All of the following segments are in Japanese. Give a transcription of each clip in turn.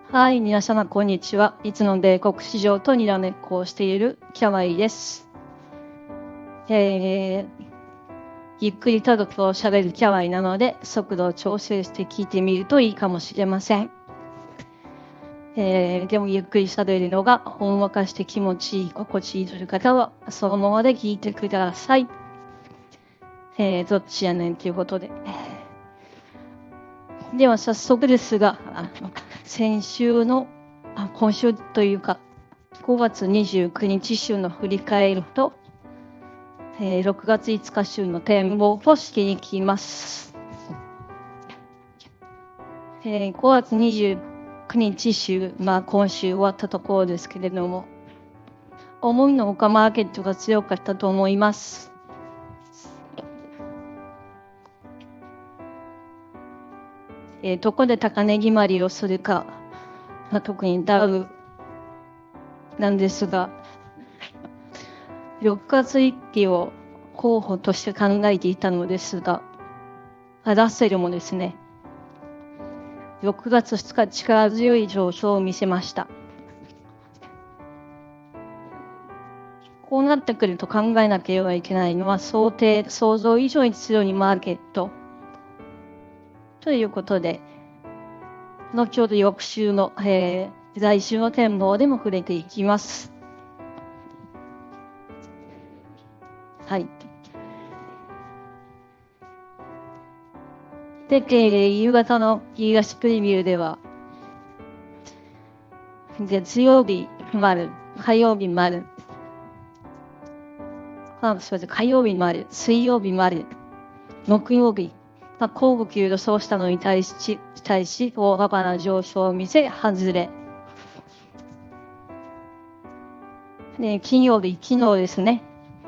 はい、皆様こんにちは。いつの米国市場とにらめっこをしているキャワイです。ゆっくりと喋るキャワイなので、速度を調整して聞いてみるといいかもしれません。でもゆっくり喋るのがほんわかして気持ちいい、心地いいという方は、そのままで聞いてください。どっちやねんということで。では早速ですが、今週というか、5月29日週の振り返ると、6月5日週の展望をしていきます。5月29日週、今週終わったところですけれども、思いのほかマーケットが強かったと思います。どこで高値決まりをするか、特にダウなんですが、6月1期を候補として考えていたのですが、ラッセルもですね、6月2日力強い上昇を見せました。こうなってくると考えなければいけないのは想像以上に強いマーケットということで、後ほど翌週の、来週の展望でも触れていきます。はい。で、夕方の東プレビューでは、月曜日丸、火曜日丸、火曜日丸、水曜日丸、木曜日、交互期予想したのに対し、大幅な上昇を見せ、外れ。で、金曜日、昨日ですね。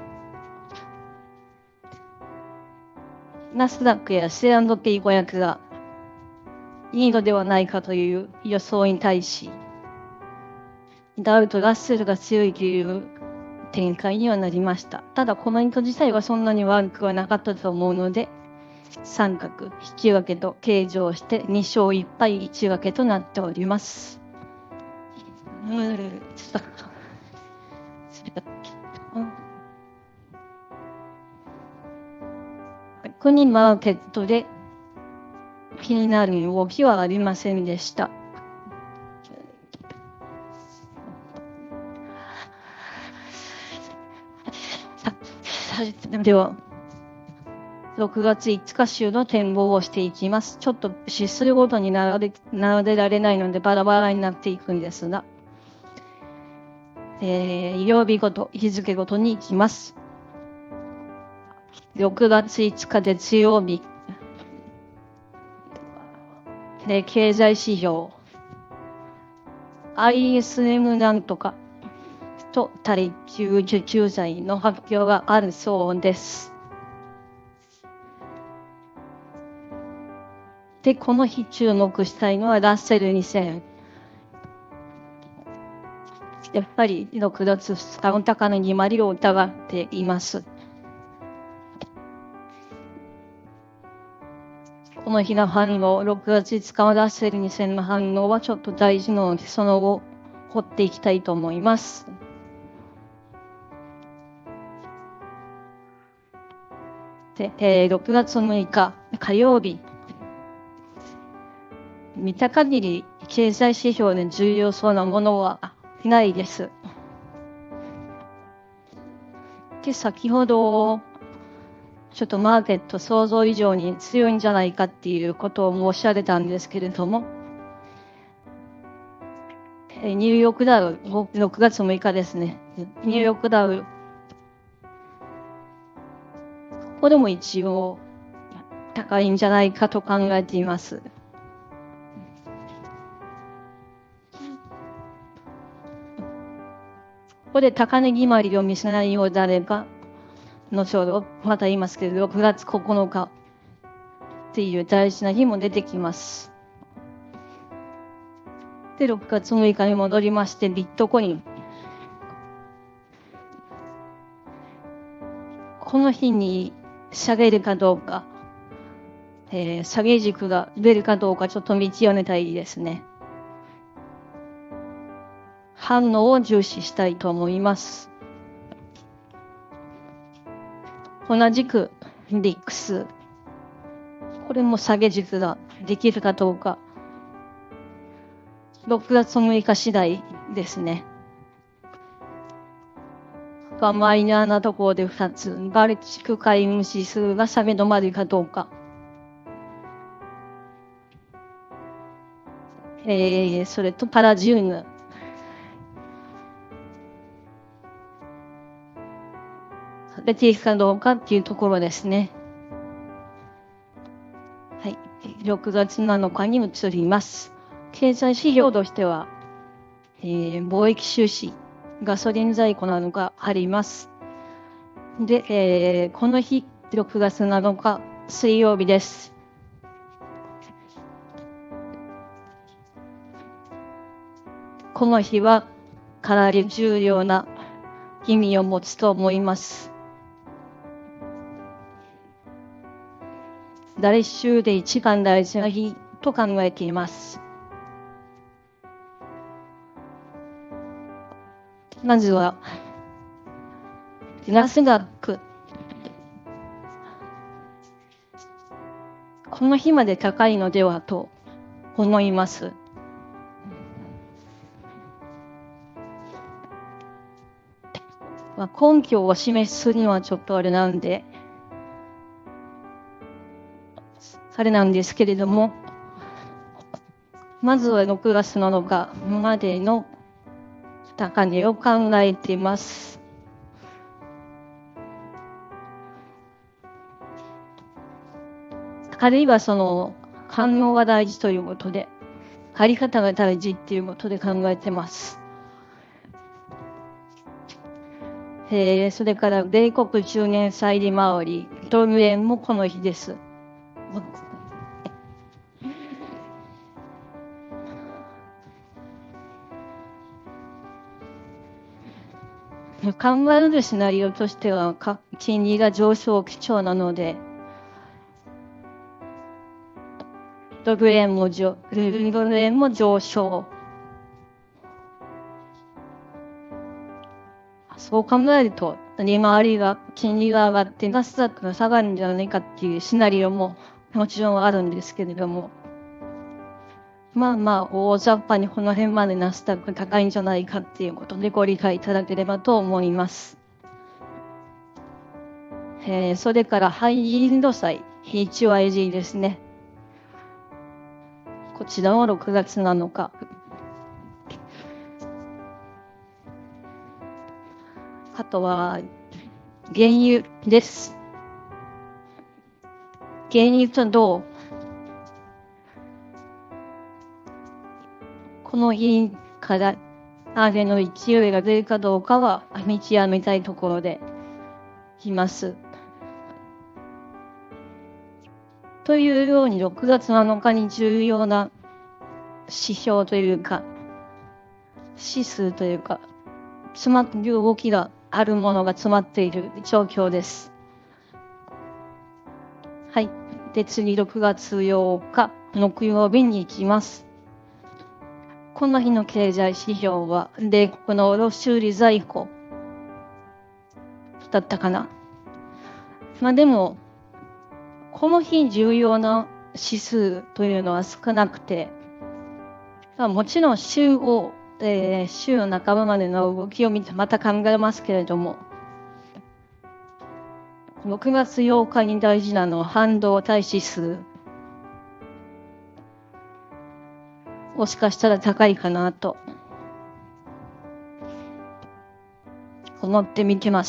ナスダックやS&P500がいいのではないかという予想に対し、ダウとラッセルが強いという展開にはなりました。ただ、コメント自体はそんなに悪くはなかったと思うので、三角、引き分けと計上して2勝1敗1分けとなっております。国マーケットで気になる動きはありませんでした。では、6月5日週の展望をしていきます。ちょっと指数ごとに並べられないのでバラバラになっていくんですが、曜日ごと、日付ごとに行きます。6月5日月曜日、で経済指標、ISM なんとかと耐久受給剤の発表があるそうです。で、この日注目したいのはラッセル2000。やっぱり6月2日の高値にまりを疑っています。この日の反応、6月5日のラッセル2000の反応はちょっと大事なので、その後、掘っていきたいと思います。で、6月6日、火曜日。見た限り、経済指標で重要そうなものはないです。で、先ほど、ちょっとマーケット想像以上に強いんじゃないかっていうことを申し上げたんですけれども、ニューヨークダウ、6月6日ですね。ニューヨークダウ、ここでも一応高いんじゃないかと考えています。ここで高値決まりを見せないようであれば、後ほどまた言いますけど、6月9日っていう大事な日も出てきます。で、6月6日に戻りまして、ビットコイン。この日に下げるかどうか、下げ軸が出るかどうかちょっと見極めたいですね。 反応を重視したいと思います。同じく、リックス。これも下げ軸ができるかどうか。6月6日次第ですね。マイナーなところで2つ。バルチク海運指数が下げ止まるかどうか。それとパラジウム。出ていくかどうかっていうところですね。はい。6月7日に移ります。経済指標としては、貿易収支、ガソリン在庫などがあります。で、この日、6月7日、水曜日です。この日はかなり重要な意味を持つと思います。来週で一番大事な日と考えています。まずは、ナスダック。この日まで高いのではと思います。根拠を示すにはちょっとあれなんで、あれなんですけれども、まずは6月7日までの高値を考えています。あるいはその反応が大事ということで、借り方が大事っていうことで考えてます。それから米国10年債利回り、ドル円もこの日です。考えるシナリオとしては、金利が上昇基調なので、ドル円も上昇。そう考えると、利回りが、金利が上がってナスダックが下がるんじゃないかっていうシナリオももちろんあるんですけれども、大雑把にこの辺までナスダック高いんじゃないかっていうことでご理解いただければと思います。それからハイイールド債、HYG ですね。こちらは6月7日。あとは、原油です。原油と銅。この日から上げの勢いが出るかどうかは見極めたいところでいます。というように6月7日に重要な指標というか、指数というか、詰まっている動きがあるものが詰まっている状況です。はい。で、次6月8日、木曜日に行きます。この日の経済指標は、米国の卸売在庫だったかな。でも、この日重要な指数というのは少なくて、もちろん週の半ばまでの動きを見てまた考えますけれども、6月8日に大事なのは半導体指数。もしかしたら高いかなと思って見てます。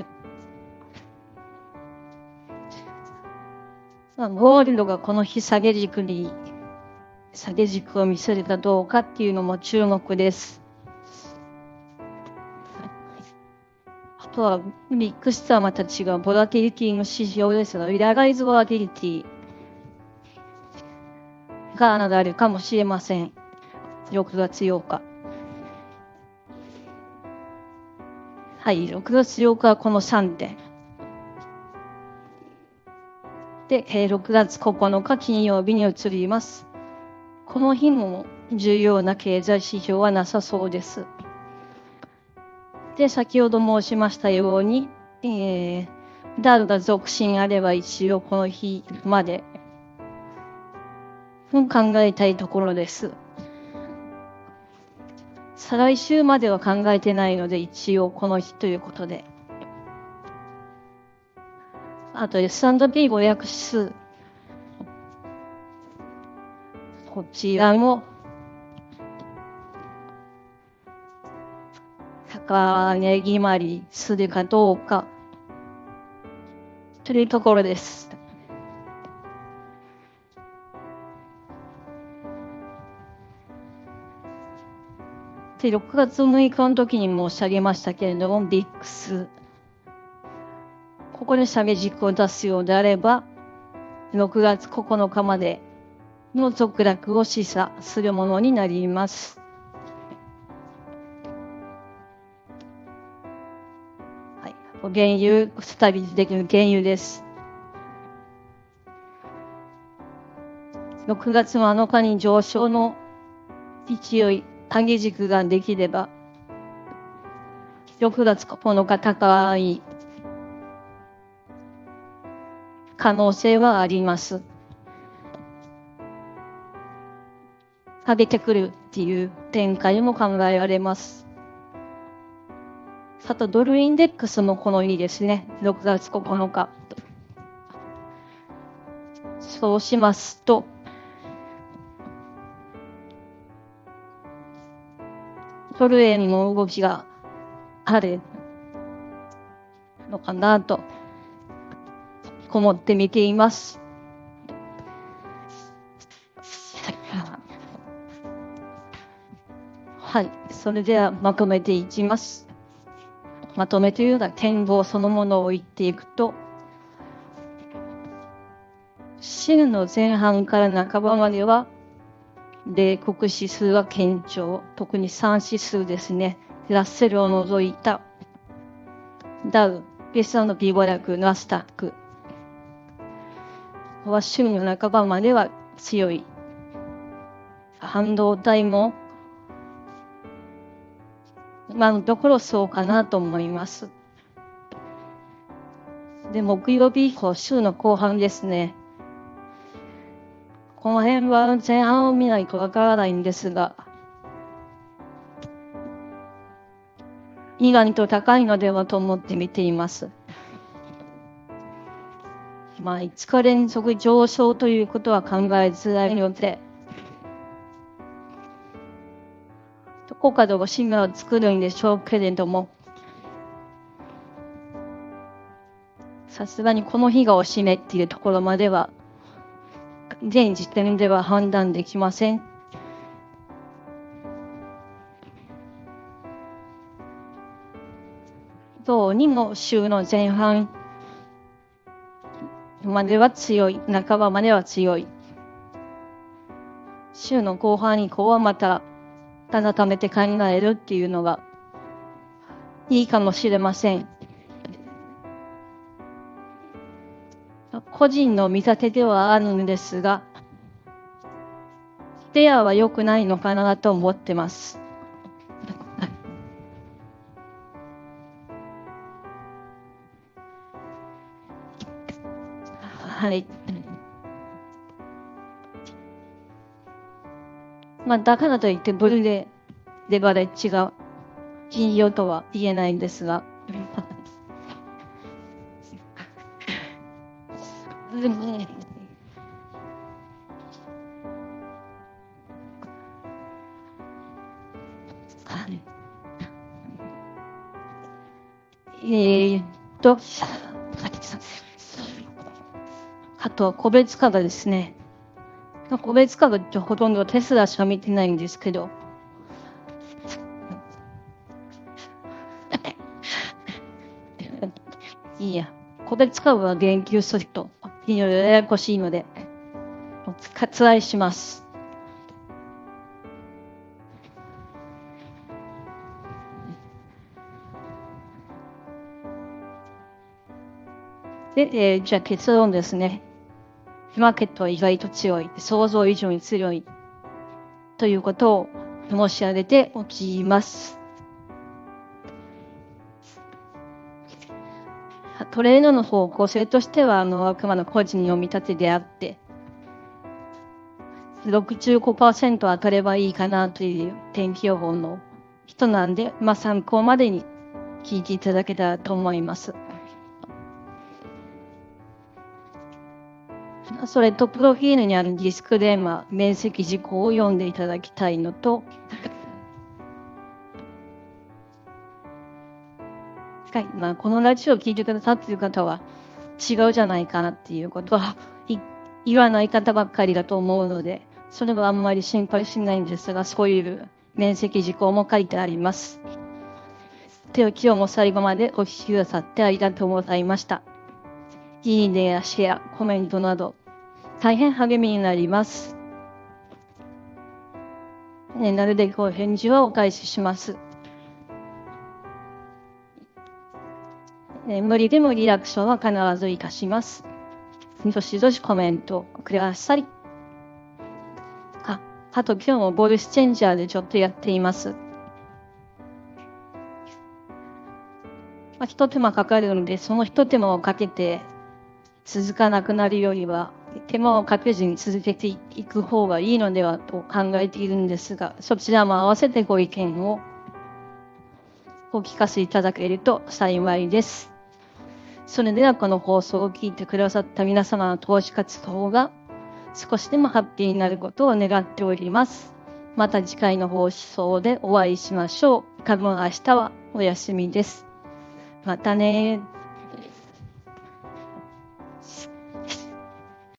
ゴールドがこの日下げ軸を見せるかどうかっていうのも注目です。あとはミックスとはまた違うボラティリティの指標ですが、リアライズボラティリティが上がるかもしれません。6月8日。はい、6月8日はこの3点。で、6月9日金曜日に移ります。この日も重要な経済指標はなさそうです。 で、先ほど申しましたように、ダルが続進あれば一応この日まで、考えたいところです。再来週までは考えてないので、一応この日ということで。あと S&P500 指数。こちらも、高値決まりするかどうか、というところです。で、6月6日の時に申し上げましたけれども、ビックス。ここで下げ軸を出すようであれば、6月9日までの続落を示唆するものになります。はい。原油、スタビリティ的原油です。6月7日に上昇の勢い、上げ軸ができれば、6月9日高い可能性はあります。上げてくるっていう展開も考えられます。あとドルインデックスもこの日ですね、6月9日。そうしますと、ドル円の動きがあるのかなと思って見ています。はい。それではまとめていきます。まとめというのは展望そのものを言っていくと、週の前半から半ばまでは、米国指数は堅調、特に3指数ですね。ラッセルを除いた、ダウ、S&P500、ナスダック。は週の半ばまでは強い。半導体も、今のところそうかなと思います。で、木曜日以降、週の後半ですね。この辺は前半を見ないとわからないんですが、意外と高いのではと思って見ています。5日連続上昇ということは考えづらいので、どこかでおしめを作るんでしょうけれども、さすがにこの日がおしめっていうところまでは、現時点では判断できません。どうにも週の前半までは強い、半ばまでは強い。週の後半以降はまた改めて考えるっていうのがいいかもしれません。個人の見立てではあるんですが、ペアは良くないのかなと思ってます。はい。だからといってブルでレバレッジが金曜とは言えないんですが。あと、個別株ですね。個別株ってほとんどテスラしか見てないんですけど。いいや。個別株は言及すると、いろいろややこしいので、割愛します。で、じゃあ結論ですね。マーケットは意外と強い。想像以上に強い。ということを申し上げておきます。 トレードの方向性としては、あくまで個人の読み立てであって、65% 当たればいいかなという天気予報の人なんで、参考までに聞いていただけたらと思います。それと、プロフィールにあるディスクレーマー、面積事項を読んでいただきたいのと、はい、このラジオを聞いてくださっている方は違うじゃないかなっていうことは言わない方ばっかりだと思うので、それはあんまり心配しないんですが、そういう面積事項も書いてあります。では今日も最後までお聞きくださってありがとうございました。いいねやシェア、コメントなど大変励みになります。なるべくお返事はお返しします。無理でもリアクションは必ずいたします。どしどしコメントください。あと今日もボイスチェンジャーでちょっとやっています。一手間かかるので、その一手間をかけて続かなくなるよりは、手間をかけずに続けていく方がいいのではと考えているんですが、そちらも合わせてご意見をお聞かせいただけると幸いです。それではこの放送を聞いてくださった皆様の投資活動が少しでもハッピーになることを願っております。また次回の放送でお会いしましょう。多分明日はお休みです。またね。